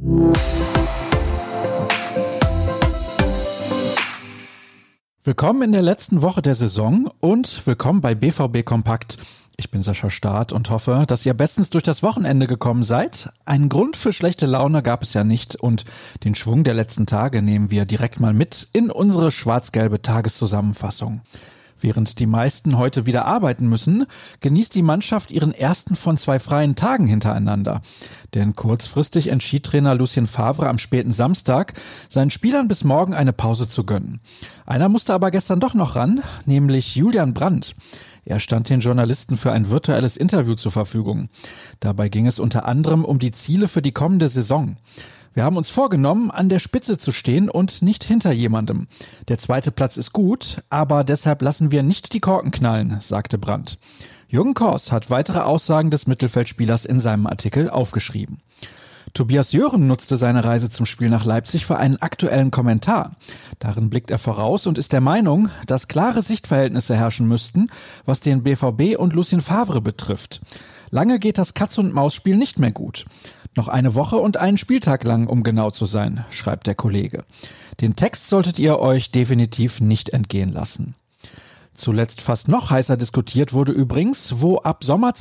Willkommen in der letzten Woche der Saison und willkommen bei BVB Kompakt. Ich bin Sascha Staat und hoffe, dass ihr bestens durch das Wochenende gekommen seid. Einen Grund für schlechte Laune gab es ja nicht und den Schwung der letzten Tage nehmen wir direkt mal mit in unsere schwarz-gelbe Tageszusammenfassung. Während die meisten heute wieder arbeiten müssen, genießt die Mannschaft ihren ersten von 2 freien Tagen hintereinander. Denn kurzfristig entschied Trainer Lucien Favre am späten Samstag, seinen Spielern bis morgen eine Pause zu gönnen. Einer musste aber gestern doch noch ran, nämlich Julian Brandt. Er stand den Journalisten für ein virtuelles Interview zur Verfügung. Dabei ging es unter anderem um die Ziele für die kommende Saison. Wir haben uns vorgenommen, an der Spitze zu stehen und nicht hinter jemandem. Der 2. Platz ist gut, aber deshalb lassen wir nicht die Korken knallen, sagte Brandt. Jürgen Kors hat weitere Aussagen des Mittelfeldspielers in seinem Artikel aufgeschrieben. Tobias Jören nutzte seine Reise zum Spiel nach Leipzig für einen aktuellen Kommentar. Darin blickt er voraus und ist der Meinung, dass klare Sichtverhältnisse herrschen müssten, was den BVB und Lucien Favre betrifft. Lange geht das Katz-und-Maus-Spiel nicht mehr gut. Noch eine Woche und einen Spieltag lang, um genau zu sein, schreibt der Kollege. Den Text solltet ihr euch definitiv nicht entgehen lassen. Zuletzt fast noch heißer diskutiert wurde übrigens, wo ab Sommer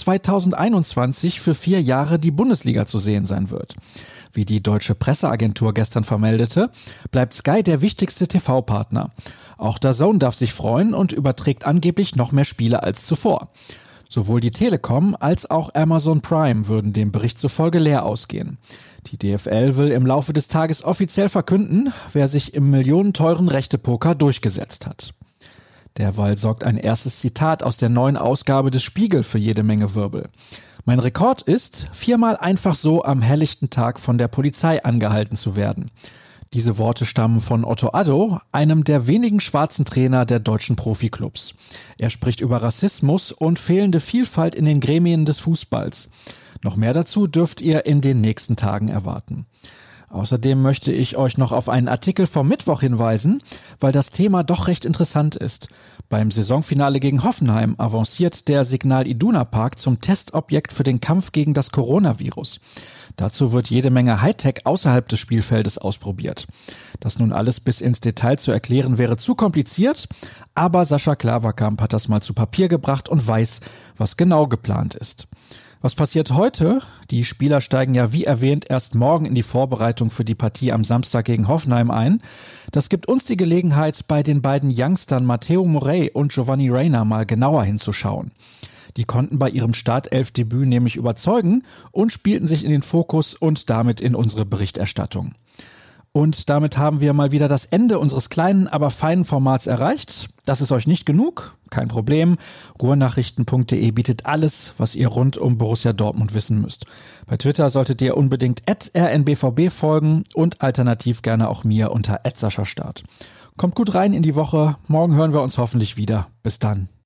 2021 für 4 Jahre die Bundesliga zu sehen sein wird. Wie die deutsche Presseagentur gestern vermeldete, bleibt Sky der wichtigste TV-Partner. Auch DAZN darf sich freuen und überträgt angeblich noch mehr Spiele als zuvor. Sowohl die Telekom als auch Amazon Prime würden dem Bericht zufolge leer ausgehen. Die DFL will im Laufe des Tages offiziell verkünden, wer sich im millionenteuren Rechtepoker durchgesetzt hat. Derweil sorgt ein erstes Zitat aus der neuen Ausgabe des Spiegel für jede Menge Wirbel. Mein Rekord ist, 4-mal einfach so am helllichten Tag von der Polizei angehalten zu werden. Diese Worte stammen von Otto Addo, einem der wenigen schwarzen Trainer der deutschen Profiklubs. Er spricht über Rassismus und fehlende Vielfalt in den Gremien des Fußballs. Noch mehr dazu dürft ihr in den nächsten Tagen erwarten. Außerdem möchte ich euch noch auf einen Artikel vom Mittwoch hinweisen, weil das Thema doch recht interessant ist. Beim Saisonfinale gegen Hoffenheim avanciert der Signal Iduna Park zum Testobjekt für den Kampf gegen das Coronavirus. Dazu wird jede Menge Hightech außerhalb des Spielfeldes ausprobiert. Das nun alles bis ins Detail zu erklären wäre zu kompliziert, aber Sascha Klaverkamp hat das mal zu Papier gebracht und weiß, was genau geplant ist. Was passiert heute? Die Spieler steigen ja wie erwähnt erst morgen in die Vorbereitung für die Partie am Samstag gegen Hoffenheim ein. Das gibt uns die Gelegenheit, bei den beiden Youngstern Matteo Morey und Giovanni Reyna mal genauer hinzuschauen. Die konnten bei ihrem Startelfdebüt nämlich überzeugen und spielten sich in den Fokus und damit in unsere Berichterstattung. Und damit haben wir mal wieder das Ende unseres kleinen, aber feinen Formats erreicht. Das ist euch nicht genug? Kein Problem. Ruhrnachrichten.de bietet alles, was ihr rund um Borussia Dortmund wissen müsst. Bei Twitter solltet ihr unbedingt @rnbvb folgen und alternativ gerne auch mir unter @SaschaStart. Kommt gut rein in die Woche. Morgen hören wir uns hoffentlich wieder. Bis dann.